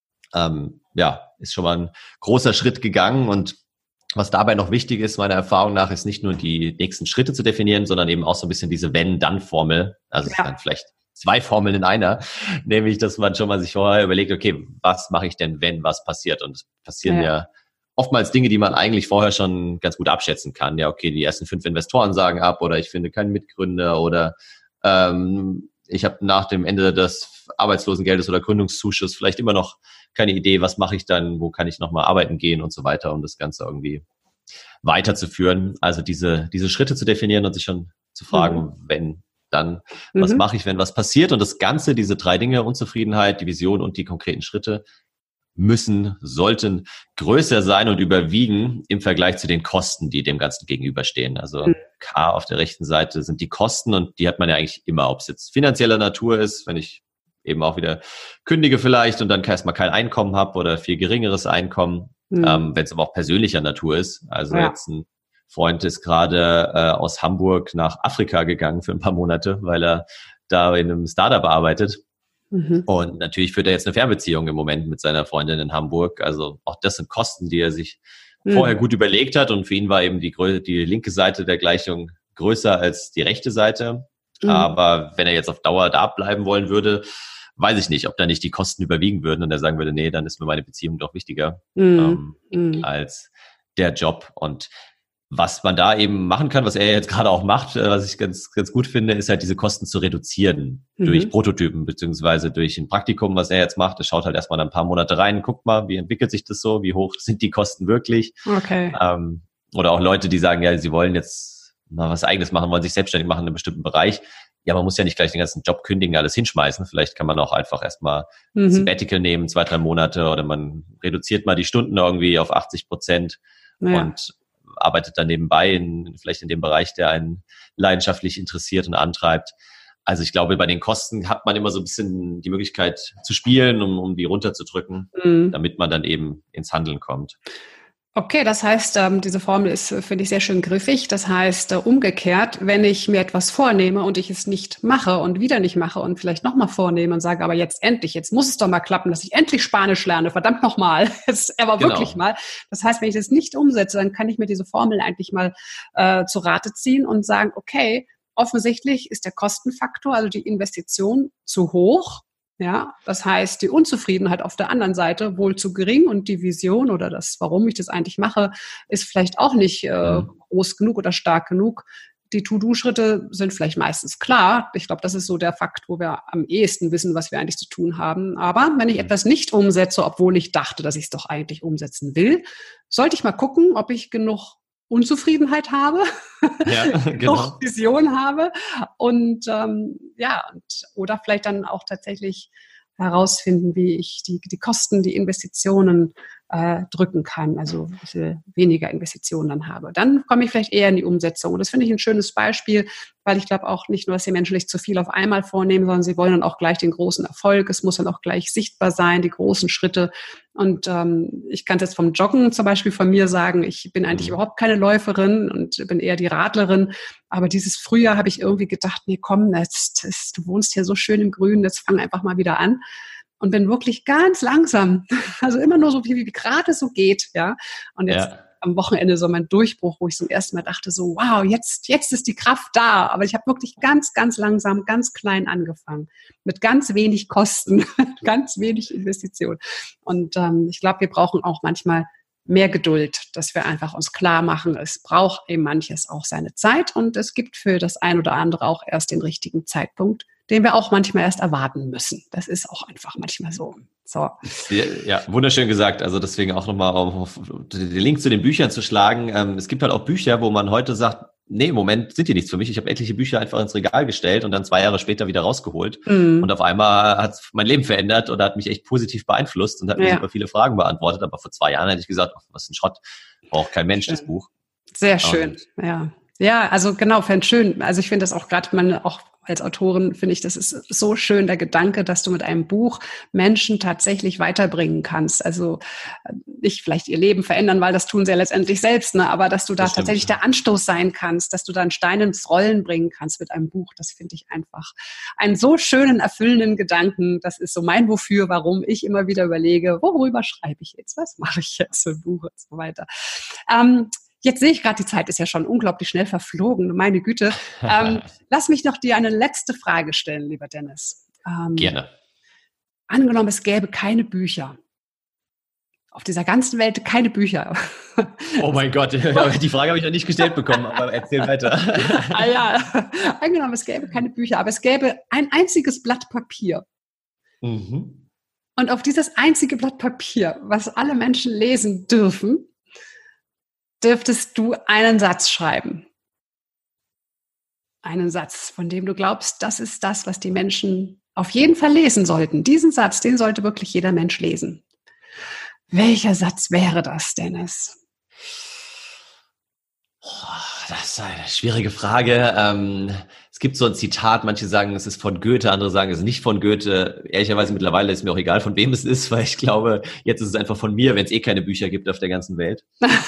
ist schon mal ein großer Schritt gegangen. Und was dabei noch wichtig ist, meiner Erfahrung nach, ist nicht nur die nächsten Schritte zu definieren, sondern eben auch so ein bisschen diese Wenn-Dann-Formel. Also es sind vielleicht 2 Formeln in einer, nämlich, dass man schon mal sich vorher überlegt, okay, was mache ich denn, wenn was passiert? Und es passieren ja oftmals Dinge, die man eigentlich vorher schon ganz gut abschätzen kann. Ja, okay, die ersten 5 Investoren sagen ab oder ich finde keinen Mitgründer oder ich habe nach dem Ende des Arbeitslosengeldes oder Gründungszuschuss vielleicht immer noch keine Idee, was mache ich dann, wo kann ich nochmal arbeiten gehen und so weiter, um das Ganze irgendwie weiterzuführen. Also diese Schritte zu definieren und sich schon zu fragen, wenn, dann, was mache ich, wenn was passiert? Und das Ganze, diese 3 Dinge, Unzufriedenheit, die Vision und die konkreten Schritte, sollten größer sein und überwiegen im Vergleich zu den Kosten, die dem Ganzen gegenüberstehen. Also K auf der rechten Seite sind die Kosten und die hat man ja eigentlich immer, ob es jetzt finanzieller Natur ist, wenn ich eben auch wieder kündige vielleicht und dann erstmal kein Einkommen habe oder viel geringeres Einkommen, wenn es aber auch persönlicher Natur ist. Also jetzt ein Freund ist gerade aus Hamburg nach Afrika gegangen für ein paar Monate, weil er da in einem Startup arbeitet. Und natürlich führt er jetzt eine Fernbeziehung im Moment mit seiner Freundin in Hamburg. Also auch das sind Kosten, die er sich vorher gut überlegt hat. Und für ihn war eben die linke Seite der Gleichung größer als die rechte Seite. Aber wenn er jetzt auf Dauer da bleiben wollen würde, weiß ich nicht, ob da nicht die Kosten überwiegen würden und er sagen würde, nee, dann ist mir meine Beziehung doch wichtiger als der Job. Und was man da eben machen kann, was er jetzt gerade auch macht, was ich ganz, ganz gut finde, ist halt diese Kosten zu reduzieren durch Prototypen beziehungsweise durch ein Praktikum, was er jetzt macht. Er schaut halt erstmal ein paar Monate rein, guckt mal, wie entwickelt sich das so, wie hoch sind die Kosten wirklich. Okay. Oder auch Leute, die sagen, ja, sie wollen jetzt mal was Eigenes machen, wollen sich selbstständig machen in einem bestimmten Bereich. Ja, man muss ja nicht gleich den ganzen Job kündigen, alles hinschmeißen. Vielleicht kann man auch einfach erstmal Sabbatical nehmen, 2-3 Monate oder man reduziert mal die Stunden irgendwie auf 80% und arbeitet dann nebenbei vielleicht in dem Bereich, der einen leidenschaftlich interessiert und antreibt. Also ich glaube, bei den Kosten hat man immer so ein bisschen die Möglichkeit zu spielen, um die runterzudrücken, damit man dann eben ins Handeln kommt. Okay, das heißt, diese Formel ist, finde ich, sehr schön griffig. Das heißt, umgekehrt, wenn ich mir etwas vornehme und ich es nicht mache und wieder nicht mache und vielleicht nochmal vornehme und sage, aber jetzt endlich, jetzt muss es doch mal klappen, dass ich endlich Spanisch lerne, verdammt nochmal, jetzt aber wirklich mal. Das heißt, wenn ich das nicht umsetze, dann kann ich mir diese Formel eigentlich mal zu Rate ziehen und sagen, okay, offensichtlich ist der Kostenfaktor, also die Investition, zu hoch. Ja, das heißt, die Unzufriedenheit auf der anderen Seite wohl zu gering und die Vision oder das, warum ich das eigentlich mache, ist vielleicht auch nicht groß genug oder stark genug. Die To-Do-Schritte sind vielleicht meistens klar. Ich glaube, das ist so der Fakt, wo wir am ehesten wissen, was wir eigentlich zu tun haben. Aber wenn ich etwas nicht umsetze, obwohl ich dachte, dass ich es doch eigentlich umsetzen will, sollte ich mal gucken, ob ich genug Unzufriedenheit habe, genug Vision habe und oder vielleicht dann auch tatsächlich herausfinden, wie ich die Kosten, die Investitionen drücken kann, also wie viel weniger Investitionen dann habe. Dann komme ich vielleicht eher in die Umsetzung. Und das finde ich ein schönes Beispiel, weil ich glaube auch nicht nur, dass die Menschen nicht zu viel auf einmal vornehmen, sondern sie wollen dann auch gleich den großen Erfolg. Es muss dann auch gleich sichtbar sein, die großen Schritte. Und ich kann es jetzt vom Joggen zum Beispiel von mir sagen, ich bin eigentlich überhaupt keine Läuferin und bin eher die Radlerin. Aber dieses Frühjahr habe ich irgendwie gedacht, nee, komm, du wohnst hier so schön im Grün, jetzt fang einfach mal wieder an. Und bin wirklich ganz langsam, also immer nur so wie gerade so geht, ja. Und jetzt am Wochenende so mein Durchbruch, wo ich zum ersten Mal dachte so, wow, jetzt ist die Kraft da. Aber ich habe wirklich ganz, ganz langsam, ganz klein angefangen. Mit ganz wenig Kosten, ganz wenig Investition. Und ich glaube, wir brauchen auch manchmal mehr Geduld, dass wir einfach uns klar machen, es braucht eben manches auch seine Zeit und es gibt für das ein oder andere auch erst den richtigen Zeitpunkt, den wir auch manchmal erst erwarten müssen. Das ist auch einfach manchmal so. Ja, wunderschön gesagt. Also deswegen auch nochmal auf den Link zu den Büchern zu schlagen. Es gibt halt auch Bücher, wo man heute sagt, nee, im Moment sind die nichts für mich. Ich habe etliche Bücher einfach ins Regal gestellt und dann 2 Jahre später wieder rausgeholt. Und auf einmal hat es mein Leben verändert oder hat mich echt positiv beeinflusst und hat mir super viele Fragen beantwortet. Aber vor 2 Jahren hätte ich gesagt, was ein Schrott, braucht kein Mensch das Buch. Sehr schön, ja. Ja, also genau, fände schön. Also ich finde das auch gerade, auch als Autorin finde ich, das ist so schön, der Gedanke, dass du mit einem Buch Menschen tatsächlich weiterbringen kannst. Also nicht vielleicht ihr Leben verändern, weil das tun sie ja letztendlich selbst, ne? Aber dass du da tatsächlich der Anstoß sein kannst, dass du da einen Stein ins Rollen bringen kannst mit einem Buch, das finde ich einfach einen so schönen, erfüllenden Gedanken. Das ist so mein Wofür, warum ich immer wieder überlege, worüber schreibe ich jetzt, was mache ich jetzt für ein Buch und so weiter. Jetzt sehe ich gerade, die Zeit ist ja schon unglaublich schnell verflogen. Meine Güte. Lass mich noch dir eine letzte Frage stellen, lieber Dennis. Gerne. Angenommen, es gäbe keine Bücher. Auf dieser ganzen Welt keine Bücher. Oh mein Gott, die Frage habe ich noch nicht gestellt bekommen, aber erzähl weiter. Angenommen, es gäbe keine Bücher, aber es gäbe ein einziges Blatt Papier. Und auf dieses einzige Blatt Papier, was alle Menschen lesen dürfen, dürftest du einen Satz schreiben. Einen Satz, von dem du glaubst, das ist das, was die Menschen auf jeden Fall lesen sollten. Diesen Satz, den sollte wirklich jeder Mensch lesen. Welcher Satz wäre das, Dennis? Das ist eine schwierige Frage. Es gibt so ein Zitat, manche sagen, es ist von Goethe, andere sagen, es ist nicht von Goethe. Ehrlicherweise mittlerweile ist mir auch egal, von wem es ist, weil ich glaube, jetzt ist es einfach von mir, wenn es keine Bücher gibt auf der ganzen Welt.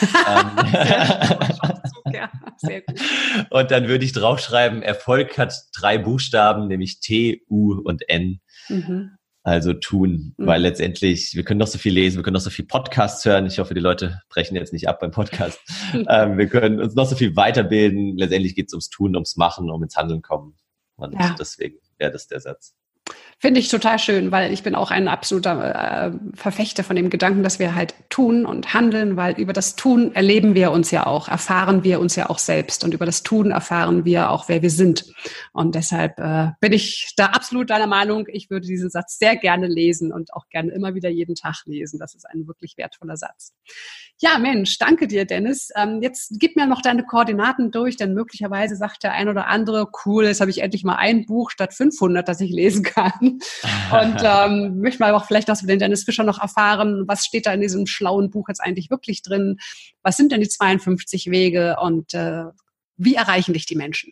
Sehr gut. Und dann würde ich draufschreiben, Erfolg hat 3 Buchstaben, nämlich T, U und N. Also tun, weil letztendlich, wir können noch so viel lesen, wir können noch so viel Podcasts hören. Ich hoffe, die Leute brechen jetzt nicht ab beim Podcast. Wir können uns noch so viel weiterbilden. Letztendlich geht es ums Tun, ums Machen, ums Handeln kommen. Und deswegen wäre das der Satz. Finde ich total schön, weil ich bin auch ein absoluter Verfechter von dem Gedanken, dass wir halt tun und handeln, weil über das Tun erleben wir uns ja auch, erfahren wir uns ja auch selbst und über das Tun erfahren wir auch, wer wir sind. Und deshalb bin ich da absolut deiner Meinung, ich würde diesen Satz sehr gerne lesen und auch gerne immer wieder jeden Tag lesen. Das ist ein wirklich wertvoller Satz. Ja, Mensch, danke dir, Dennis. Jetzt gib mir noch deine Koordinaten durch, denn möglicherweise sagt der ein oder andere, cool, jetzt habe ich endlich mal ein Buch statt 500, das ich lesen kann. Und möchte mal auch vielleicht, dass wir den Dennis Fischer noch erfahren, was steht da in diesem schlauen Buch jetzt eigentlich wirklich drin? Was sind denn die 52 Wege und wie erreichen dich die Menschen?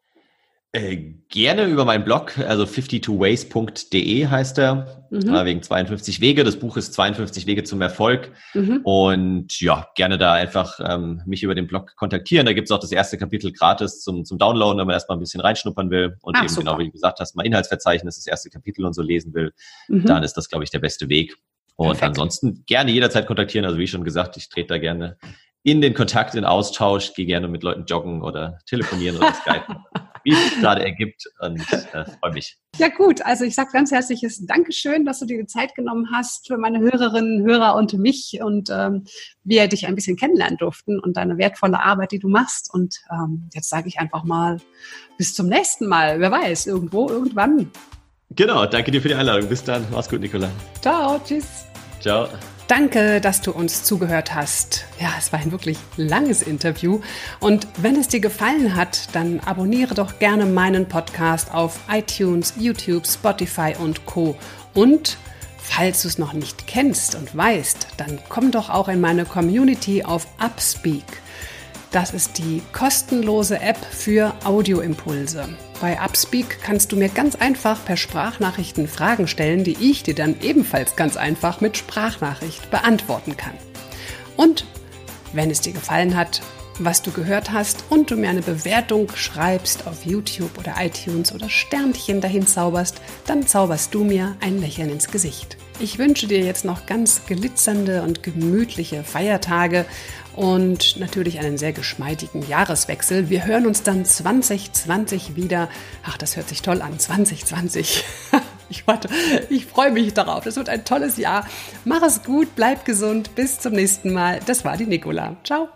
Gerne über meinen Blog, also 52ways.de heißt er, wegen 52 Wege. Das Buch ist 52 Wege zum Erfolg. Und ja, gerne da einfach mich über den Blog kontaktieren. Da gibt es auch das erste Kapitel gratis zum Downloaden, wenn man erstmal ein bisschen reinschnuppern will und eben super. Genau wie du gesagt hast, mal Inhaltsverzeichnis, das erste Kapitel und so lesen will. Dann ist das, glaube ich, der beste Weg. Und perfekt. Ansonsten gerne jederzeit kontaktieren. Also wie schon gesagt, ich trete da gerne in den Kontakt, in Austausch, gehe gerne mit Leuten joggen oder telefonieren oder skypen, wie es gerade ergibt, und freue mich. Ja gut, also ich sage ganz herzliches Dankeschön, dass du dir die Zeit genommen hast für meine Hörerinnen, Hörer und mich und wir dich ein bisschen kennenlernen durften und deine wertvolle Arbeit, die du machst. Und jetzt sage ich einfach mal bis zum nächsten Mal. Wer weiß, irgendwo, irgendwann. Genau, danke dir für die Einladung. Bis dann. Mach's gut, Nicola. Ciao, tschüss. Ciao. Danke, dass du uns zugehört hast. Ja, es war ein wirklich langes Interview. Und wenn es dir gefallen hat, dann abonniere doch gerne meinen Podcast auf iTunes, YouTube, Spotify und Co. Und falls du es noch nicht kennst und weißt, dann komm doch auch in meine Community auf Upspeak. Das ist die kostenlose App für Audioimpulse. Bei Upspeak kannst du mir ganz einfach per Sprachnachrichten Fragen stellen, die ich dir dann ebenfalls ganz einfach mit Sprachnachricht beantworten kann. Und wenn es dir gefallen hat, was du gehört hast und du mir eine Bewertung schreibst auf YouTube oder iTunes oder Sternchen dahin zauberst, dann zauberst du mir ein Lächeln ins Gesicht. Ich wünsche dir jetzt noch ganz glitzernde und gemütliche Feiertage und natürlich einen sehr geschmeidigen Jahreswechsel. Wir hören uns dann 2020 wieder. Ach, das hört sich toll an, 2020. Ich freue mich darauf. Das wird ein tolles Jahr. Mach es gut, bleib gesund. Bis zum nächsten Mal. Das war die Nicola. Ciao.